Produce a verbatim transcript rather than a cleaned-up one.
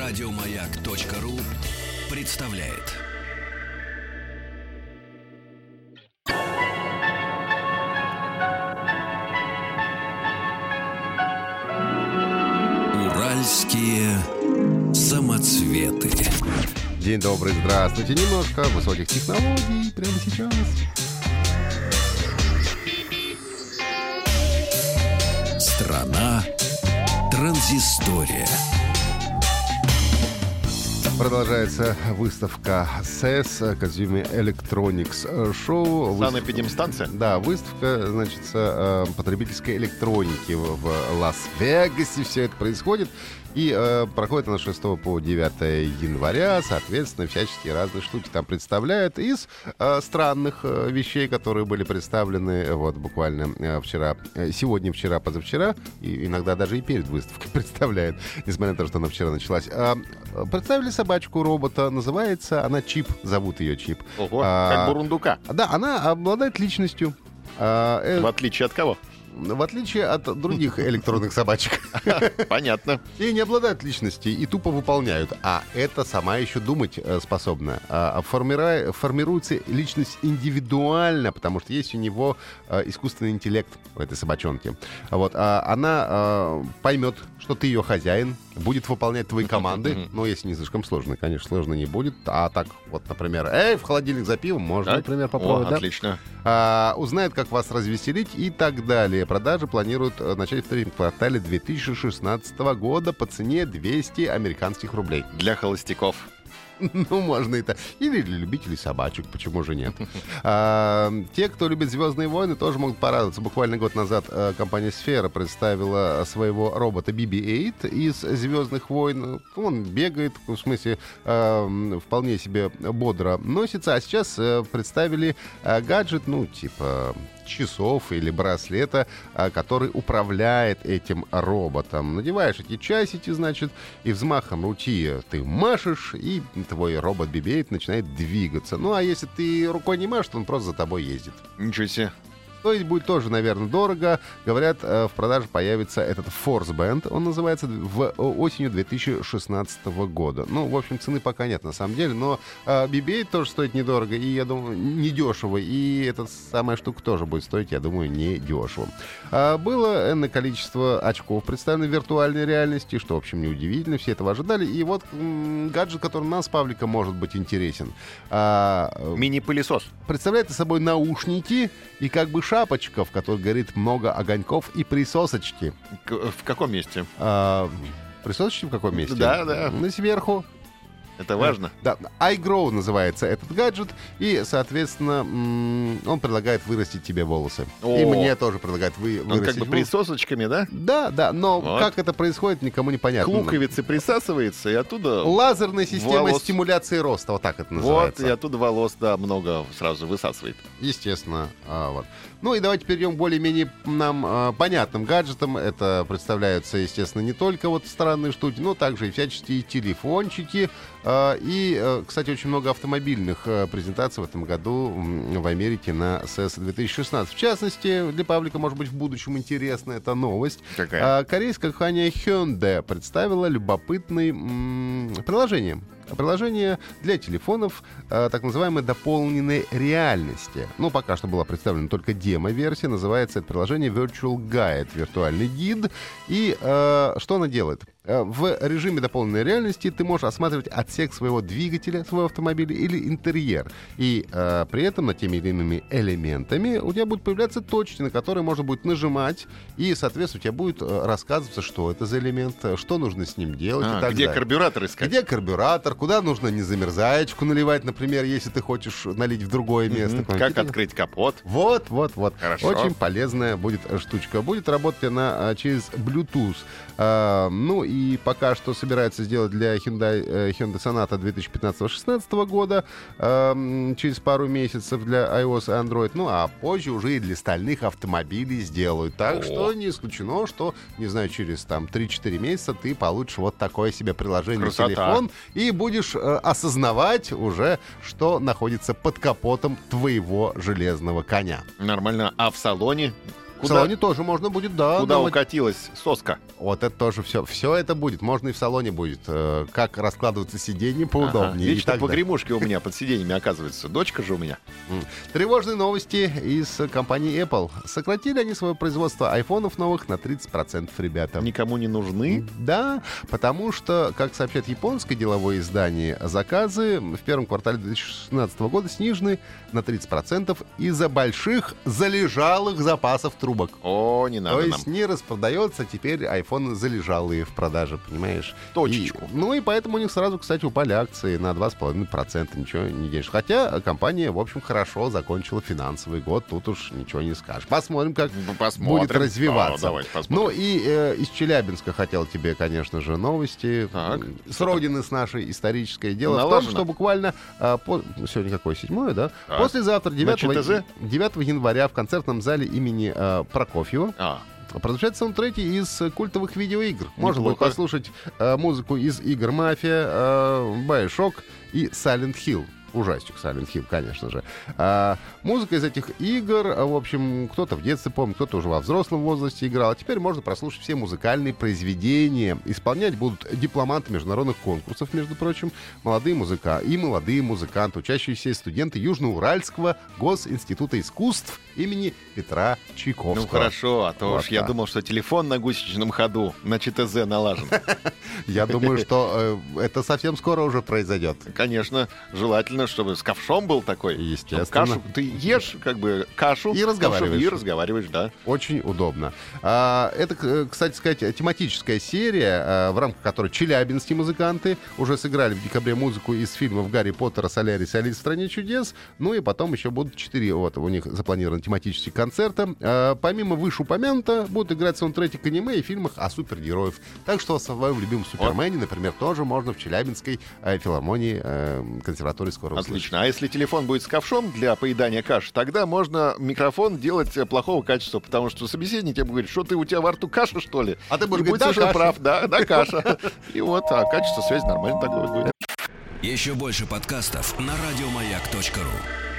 Радиомаяк.ру представляет. Уральские самоцветы. День добрый, здравствуйте. Немножко высоких технологий прямо сейчас. Страна транзистория. Продолжается выставка сэс, Consumer Electronics Show. Санэпидемстанция? Да, выставка, значит, потребительской электроники в Лас-Вегасе. Все это происходит. И э, проходит она с шестого по девятое января. Соответственно, всяческие разные штуки там представляют. Из э, странных э, вещей, которые были представлены вот буквально э, вчера, э, сегодня, вчера, позавчера, и иногда даже и перед выставкой представляет, несмотря на то, что она вчера началась. Э, представили собачку-робота, называется она Чип, зовут ее Чип. Ого, а, как бурундука. Да, она обладает личностью. А, э, В отличие от кого? В отличие от других электронных собачек. Понятно. И не обладают личностью, и тупо выполняют. А это сама еще думать э, способна. А, формируя, формируется личность индивидуально, потому что есть у него э, искусственный интеллект у этой собачонки. Вот, а она э, поймет, что ты ее хозяин, будет выполнять твои команды. Ну, если не слишком сложно, конечно, сложно не будет. А так, вот, например, эй, в холодильник за пивом, можно, Так? например, попробовать. О, да? отлично. А, узнает, как вас развеселить и так далее. Продажи планируют начать в третьем квартале две тысячи шестнадцатого года по цене двести американских рублей. Для холостяков. Ну, можно это. Или для любителей собачек, почему же нет. А, те, кто любит «Звездные войны», тоже могут порадоваться. Буквально год назад а, компания «Сфера» представила своего робота би би восемь из «Звездных войн». Он бегает, в смысле, а, вполне себе бодро носится. А сейчас а, представили а, гаджет, ну, типа часов или браслета, а, который управляет этим роботом. Надеваешь эти часики, значит, и взмахом руки ты машешь, и твой робот би би восемь начинает двигаться. Ну, а если ты рукой не машешь, то он просто за тобой ездит. Ничего себе. Стоить будет тоже, наверное, дорого. Говорят, в продаже появится этот Force Band, он называется, в осенью две тысячи шестнадцатого года. Ну, в общем, цены пока нет, на самом деле, но би би восемь тоже стоит недорого, и, я думаю, недешево, и эта самая штука тоже будет стоить, я думаю, недешево. Было энное количество очков представлено в виртуальной реальности, что, в общем, неудивительно, все этого ожидали, и вот м- гаджет, который нам с Павликом может быть интересен. Мини-пылесос. Представляет собой наушники и как бы шапочка, в которой горит много огоньков, и присосочки. К- в каком месте? А, присосочки в каком месте? Да, да. На сверху. Это важно. Да, iGrow называется этот гаджет, и, соответственно, м- он предлагает вырастить тебе волосы. О. И мне тоже предлагает вы- Он вырастить как бы волосы. присосочками, да? Да, да, но Вот. как это происходит, никому не К понятно. луковице присасывается, и оттуда... Лазерная система волос. стимуляции роста, вот так это Вот, называется. и оттуда волос, да, много сразу высасывает. Естественно. А, вот. Ну и давайте перейдем к более-менее нам а, понятным гаджетам. Это представляются, естественно, не только вот странные штуки, но также и всяческие телефончики. А, и, а, кстати, очень много автомобильных а, презентаций в этом году м, в Америке на сэс две тысячи шестнадцать. В частности, для Павлика, может быть, в будущем интересна эта новость. Какая? А, корейская компания Hyundai представила любопытное м, приложение. Приложение для телефонов э, так называемой дополненной реальности. Ну, пока что была представлена только демо-версия. Называется это приложение Virtual Guide, виртуальный гид. И э, что она делает? Э, В режиме дополненной реальности ты можешь осматривать отсек своего двигателя, своего автомобиля или интерьер. И э, при этом над теми или иными элементами у тебя будут появляться точки, на которые можно будет нажимать. И, соответственно, у тебя будет э, рассказываться, что это за элемент, э, что нужно с ним делать. А, и так где далее. карбюратор искать? Где карбюратор, куда нужно незамерзаечку наливать, например, если ты хочешь налить в другое место. Мгм. Как Какие-то- открыть капот? Вот, вот, вот. Хорошо. Очень полезная будет штучка. Будет работать она а, через Bluetooth. А, ну и пока что собирается сделать для Hyundai, э, Hyundai Sonata две тысячи пятнадцатого-шестнадцатого года, а, м, через пару месяцев для iOS и Android. Ну а позже уже и для стальных автомобилей сделают. Так О. что не исключено, что, не знаю, через там три-четыре месяца ты получишь вот такое себе приложение на Красота. телефон и будешь э, осознавать уже, что находится под капотом твоего железного коня. Нормально. А в салоне В салоне тоже можно будет, да. Куда думать. укатилась соска? Вот это тоже все. Все это будет. Можно и в салоне будет. Э, как раскладываться сиденье поудобнее. Ага. и Вечно так далее. погремушки у меня под сиденьями оказывается. Дочка же у меня. М. Тревожные новости из компании Apple. Сократили они свое производство айфонов новых на тридцать процентов, ребята. Никому не нужны. Да, потому что, как сообщает японское деловое издание, заказы в первом квартале две тысячи шестнадцатого года снижены на тридцать процентов из-за больших залежалых запасов трубок. О, не надо То нам. есть не распродается теперь айфоны залежалые в продаже, понимаешь? Точечку. И- ну и поэтому у них сразу, кстати, упали акции на два с половиной процента. Ничего не денешь. Хотя компания, в общем, хорошо закончила финансовый год. Тут уж ничего не скажешь. Посмотрим, как Ну, посмотрим. будет развиваться. О, давайте посмотрим. Ну и э, из Челябинска хотел тебе, конечно же, новости. Так. М, С родины, с нашей историческое дело. В том, Налажено? что буквально а, по- сегодня какое, седьмое, да? Так. Послезавтра, девятого, ЧТЗ? девятого января в концертном зале имени а, Прокофьева А, прозвучат саундтреки из э, культовых видеоигр. Можно будет Неплохо. послушать э, музыку из игр «Мафия», э, «Байошок» и «Silent Hill». Ужастик Silent Hill, конечно же. А, музыка из этих игр, а, в общем, кто-то в детстве помнит, кто-то уже во взрослом возрасте играл. А теперь можно прослушать все музыкальные произведения. Исполнять будут дипломанты международных конкурсов, между прочим, молодые музыка и молодые музыканты, учащиеся студенты Южноуральского госинститута искусств имени Петра Чайковского. ну хорошо, а то Вот уж я так. думал, что телефон на гусеничном ходу на ЧТЗ налажен. Я думаю, что э, это совсем скоро уже произойдет. Конечно, желательно, чтобы с ковшом был такой. чтоб Естественно. Кашу, ты ешь как бы кашу. И с ковшом, разговариваешь. И разговариваешь, да. Очень удобно. А, это, к- кстати сказать, тематическая серия, а, в рамках которой челябинские музыканты уже сыграли в декабре музыку из фильмов «Гарри Поттера», «Солярис» и «Алиса в стране чудес». Ну и потом еще будут четыре, вот у них запланированы тематические концерта. А, помимо вышеупомянуто, будут играть саундтреки к аниме и фильмах о супергероях. Так что о своем любимом Супермене, например, тоже можно в Челябинской э, филармонии э, консерватории скоро услышать. Отлично. А если телефон будет с ковшом для поедания каши, тогда можно микрофон делать э, плохого качества, потому что собеседник тебе будет, что ты, у тебя во рту каша, что ли? А ты будешь И говорить, будь да, совершенно каша. прав, да, да, каша. И вот, а качество связи нормально такое будет. Еще больше подкастов на радиомаяк точка ру.